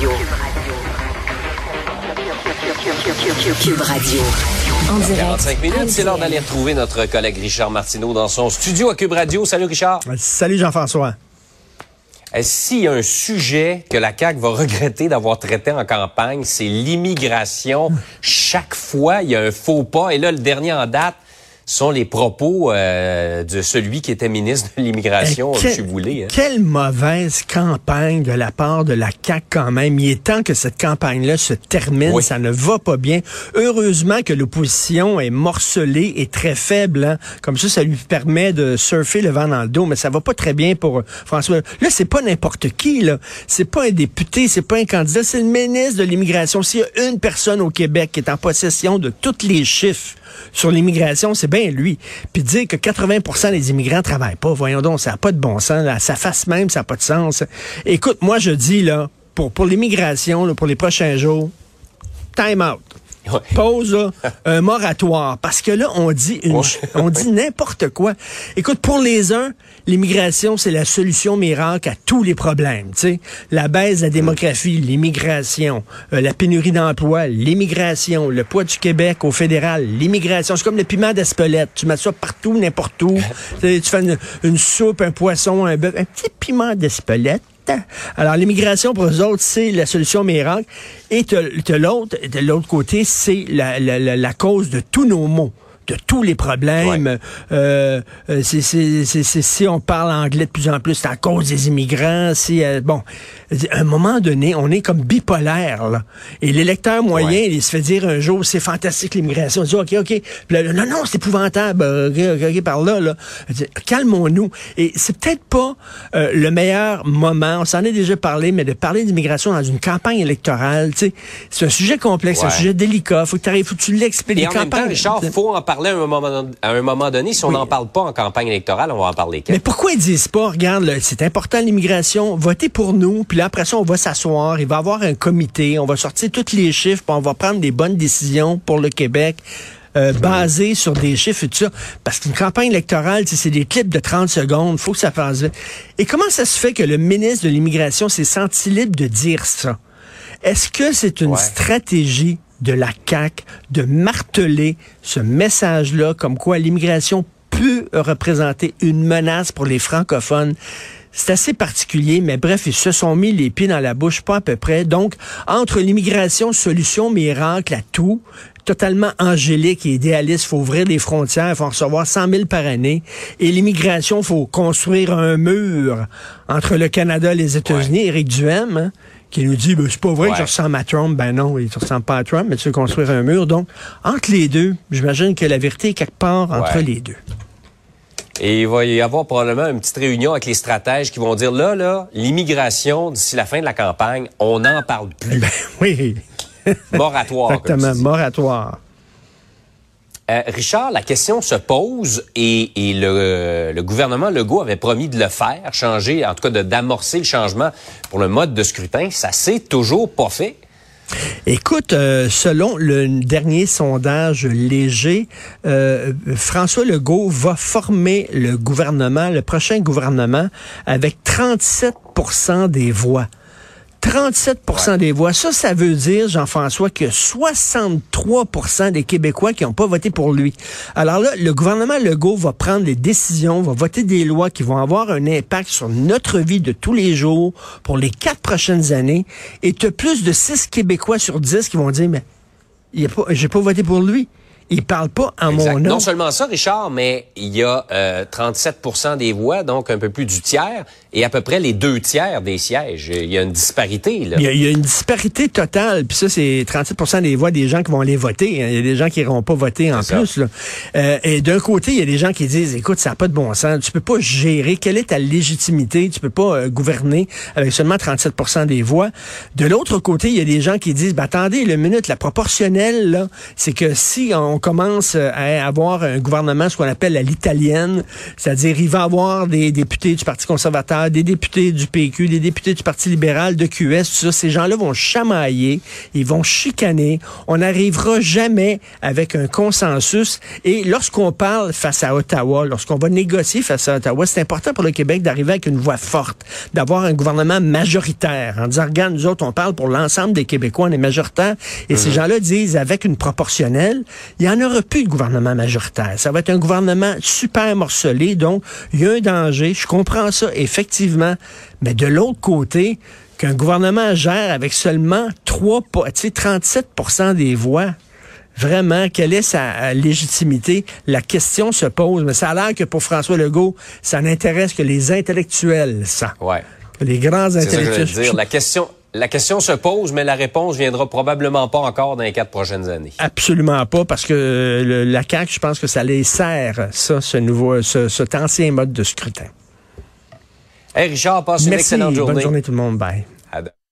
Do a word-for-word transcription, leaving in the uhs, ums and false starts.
Cube Radio. En direct. quarante-cinq minutes, c'est l'heure d'aller retrouver notre collègue Richard Martineau dans son studio à Cube Radio. Salut Richard. Salut Jean-François. S'il y a un sujet que la C A Q va regretter d'avoir traité en campagne, c'est l'immigration. Chaque fois, il y a un faux pas. Et là, le dernier en date sont les propos euh, de celui qui était ministre de l'Immigration, que, M. Boulay. Hein. Quelle mauvaise campagne de la part de la C A Q quand même. Il est temps que cette campagne-là se termine. Oui. Ça ne va pas bien. Heureusement que l'opposition est morcelée et très faible. Hein. Comme ça, ça lui permet de surfer le vent dans le dos. Mais ça va pas très bien pour François. Là, c'est pas n'importe qui. Là. C'est pas un député, c'est pas un candidat. C'est le ministre de l'Immigration. S'il y a une personne au Québec qui est en possession de tous les chiffres sur l'immigration, c'est bien lui. Puis dire que quatre-vingts pour cent des immigrants travaillent pas, voyons donc, ça n'a pas de bon sens. Là, sa face même, ça n'a pas de sens. Écoute, moi, je dis, là, pour, pour l'immigration, là, pour les prochains jours, time out. Ouais. Pause, là, un moratoire. Parce que là, on dit une, ouais. on dit n'importe quoi. Écoute, pour les uns, l'immigration, c'est la solution miracle à tous les problèmes. Tu sais, la baisse de la démographie, l'immigration, euh, la pénurie d'emploi, l'immigration, le poids du Québec au fédéral, l'immigration. C'est comme le piment d'Espelette. Tu mets ça partout, n'importe où. tu fais une, une soupe, un poisson, un bœuf, un petit piment d'Espelette. Alors, l'immigration, pour eux autres, c'est la solution miracle. Et de l'autre, de l'autre côté, c'est la, la, la, la cause de tous nos maux, de tous les problèmes. Ouais. Euh, c'est, c'est, c'est, c'est, si on parle anglais de plus en plus, c'est à cause des immigrants. Si, euh, bon, à un moment donné, on est comme bipolaire, là. Et l'électeur moyen, ouais. il se fait dire un jour, c'est fantastique l'immigration. Il dit, OK, OK. Puis là, non, non, c'est épouvantable. OK, OK, OK, par là, là. Dit, calmons-nous. Et c'est peut-être pas euh, le meilleur moment, on s'en est déjà parlé, mais de parler d'immigration dans une campagne électorale, tu sais, c'est un sujet complexe, ouais. c'est un sujet délicat. Faut que t'arrives, faut que tu l'expliques. Et en même temps, Richard, faut en parler à un moment, à un moment donné. Si on n'en oui. parle pas en campagne électorale, on va en parler. Mais pourquoi ils disent pas, regarde, là, c'est important l'immigration, votez pour nous, puis là, après ça, on va s'asseoir, il va y avoir un comité, on va sortir tous les chiffres, puis on va prendre des bonnes décisions pour le Québec, euh, basées sur des chiffres et tout ça. Parce qu'une campagne électorale, c'est des clips de trente secondes, faut que ça fasse vite. Et comment ça se fait que le ministre de l'Immigration s'est senti libre de dire ça? Est-ce que c'est une ouais. stratégie de la C A Q de marteler ce message-là, comme quoi l'immigration peut représenter une menace pour les francophones? C'est assez particulier, mais bref, ils se sont mis les pieds dans la bouche, pas à peu près. Donc, entre l'immigration, solution miracle à tout, totalement angélique et idéaliste, faut ouvrir les frontières, il faut en recevoir cent mille par année, et l'immigration, il faut construire un mur entre le Canada et les États-Unis. Ouais. Éric Duhem, hein, qui nous dit, ben, c'est pas vrai ouais. que tu ressembles à Trump. Ben non, il ne ressemble pas à Trump, mais tu veux construire un mur. Donc, entre les deux, j'imagine que la vérité est quelque part entre ouais. les deux. Et il va y avoir probablement une petite réunion avec les stratèges qui vont dire, là, là, l'immigration, d'ici la fin de la campagne, on n'en parle plus. Ben oui. Moratoire. Exactement, moratoire. Euh, Richard, la question se pose et, et le, le gouvernement Legault avait promis de le faire, changer, en tout cas de, d'amorcer le changement pour le mode de scrutin. Ça s'est toujours pas fait. Écoute, euh, selon le dernier sondage léger, euh, François Legault va former le gouvernement, le prochain gouvernement, avec trente-sept pour cent des voix. trente-sept pour cent ouais. des voix. Ça, ça veut dire, Jean-François, que soixante-trois pour cent des Québécois qui n'ont pas voté pour lui. Alors là, le gouvernement Legault va prendre des décisions, va voter des lois qui vont avoir un impact sur notre vie de tous les jours pour les quatre prochaines années. Et tu as plus de six Québécois sur dix qui vont dire, mais il y a pas, j'ai pas voté pour lui. Il parle pas en exact. Mon nom. Non seulement ça, Richard, mais il y a euh, trente-sept pour cent des voix, donc un peu plus du tiers, et à peu près les deux tiers des sièges. Il y a une disparité, là. Il y a, il y a une disparité totale. Puis ça, c'est trente-sept pour cent des voix des gens qui vont aller voter. Il y a des gens qui n'iront pas voter en c'est plus. Là. Euh, et d'un côté, il y a des gens qui disent, écoute, ça n'a pas de bon sens. Tu peux pas gérer. Quelle est ta légitimité? Tu peux pas euh, gouverner avec seulement trente-sept pour cent des voix. De l'autre côté, il y a des gens qui disent, ben, attendez, le minute, la proportionnelle, là, c'est que si on commence à avoir un gouvernement, ce qu'on appelle à l'italienne, c'est-à-dire il va avoir des députés du Parti conservateur, des députés du P Q, des députés du Parti libéral, de Q S, tout ça. Ces gens-là vont chamailler, ils vont chicaner. On n'arrivera jamais avec un consensus. Et lorsqu'on parle face à Ottawa, lorsqu'on va négocier face à Ottawa, c'est important pour le Québec d'arriver avec une voix forte, d'avoir un gouvernement majoritaire, en disant, regarde, nous autres, on parle pour l'ensemble des Québécois, on est majoritaire. Et mmh. ces gens-là disent, avec une proportionnelle, il n'y en aura plus de gouvernement majoritaire. Ça va être un gouvernement super morcelé. Donc, il y a un danger. Je comprends ça, effectivement. Mais de l'autre côté, qu'un gouvernement gère avec seulement trois, tu sais, trente-sept pour cent des voix, vraiment, quelle est sa légitimité? La question se pose. Mais ça a l'air que pour François Legault, ça n'intéresse que les intellectuels, ça. Ouais. Les grands C'est intellectuels. Ça que je veux dire. La question... La question se pose, mais la réponse viendra probablement pas encore dans les quatre prochaines années. Absolument pas, parce que le, la C A Q, je pense que ça les sert, ça, ce nouveau, ce, cet ancien mode de scrutin. Hey Richard, passe une Merci, excellente journée. Bonne journée tout le monde. Bye. À